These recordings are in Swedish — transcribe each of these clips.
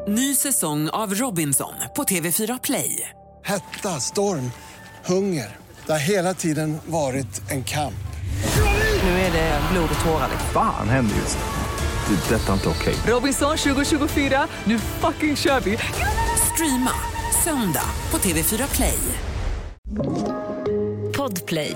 Ny säsong av Robinson på TV4 Play. Hetta, storm, hunger. Det har hela tiden varit en kamp. Nu är det blod och tårar. Fan händer just nu. Det. Detta är inte okej. Robinson 2024, nu fucking kör vi. Streama söndag på TV4 Play. Podplay.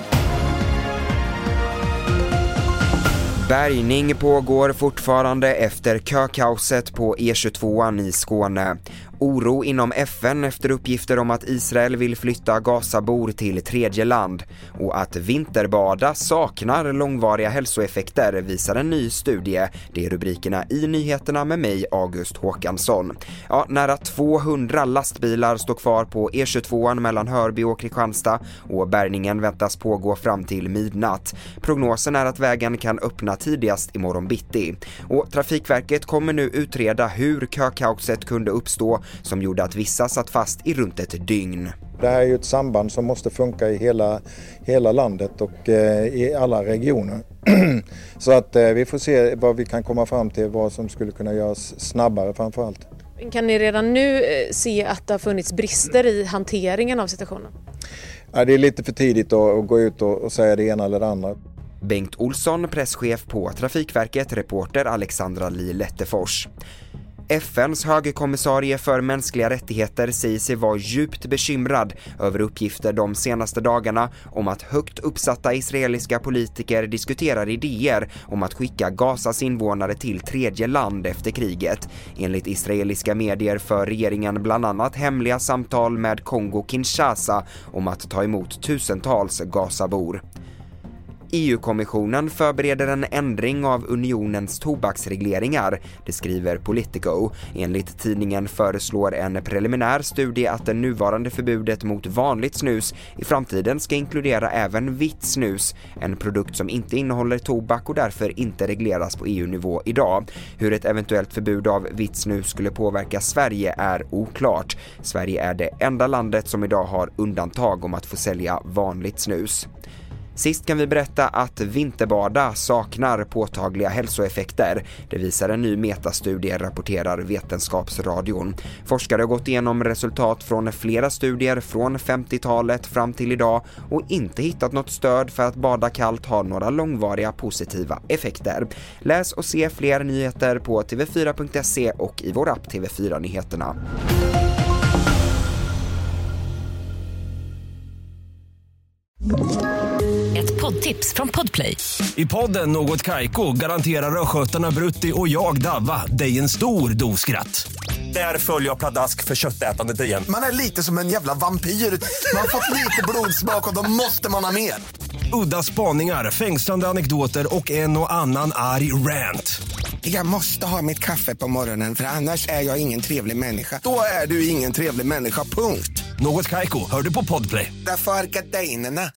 Bärgning pågår fortfarande efter kökaoset på E22 i Skåne. Oro inom FN efter uppgifter om att Israel vill flytta Gazabor till tredje land. Och att vinterbada saknar långvariga hälsoeffekter visar en ny studie. Det är rubrikerna i nyheterna med mig, August Håkansson. Ja, nära 200 lastbilar står kvar på E22 mellan Hörby och Kristianstad och bärgningen väntas pågå fram till midnatt. Prognosen är att vägen kan öppna tidigast imorgon bitti. Och Trafikverket kommer nu utreda hur kökaoset kunde uppstå som gjorde att vissa satt fast i runt ett dygn. Det här är ju ett samband som måste funka i hela landet och i alla regioner. Så att vi får se vad vi kan komma fram till, vad som skulle kunna göras snabbare framförallt. Kan ni redan nu se att det har funnits brister i hanteringen av situationen? Ja, det är lite för tidigt att gå ut och säga det ena eller det andra. Bengt Olsson, presschef på Trafikverket, reporter Alexandra Li Lettefors. FNs högkommissarie för mänskliga rättigheter säger sig vara djupt bekymrad över uppgifter de senaste dagarna om att högt uppsatta israeliska politiker diskuterar idéer om att skicka Gazas invånare till tredje land efter kriget. Enligt israeliska medier för regeringen bland annat hemliga samtal med Kongo-Kinshasa om att ta emot tusentals Gazabor. EU-kommissionen förbereder en ändring av unionens tobaksregleringar, det skriver Politico. Enligt tidningen föreslår en preliminär studie att det nuvarande förbudet mot vanligt snus i framtiden ska inkludera även vitt snus, en produkt som inte innehåller tobak och därför inte regleras på EU-nivå idag. Hur ett eventuellt förbud av vitt snus skulle påverka Sverige är oklart. Sverige är det enda landet som idag har undantag om att få sälja vanligt snus. Sist kan vi berätta att vinterbada saknar påtagliga hälsoeffekter. Det visar en ny metastudie, rapporterar Vetenskapsradion. Forskare har gått igenom resultat från flera studier från 50-talet fram till idag och inte hittat något stöd för att bada kallt har några långvariga positiva effekter. Läs och se fler nyheter på tv4.se och i vår app TV4 Nyheterna. Ett poddtips från Podplay. I podden Något Kaiko garanterar röskötarna Brutti och jag Davva dig en stor doskratt. Där följer jag pladask för köttätandet igen. Man är lite som en jävla vampyr. Man har fått lite blodsmak och då måste man ha mer. Udda spaningar, fängslande anekdoter och en och annan arg rant. Jag måste ha mitt kaffe på morgonen för annars är jag ingen trevlig människa. Då är du ingen trevlig människa, punkt. Något Kaiko, hör du på Podplay. Därför är gardinerna.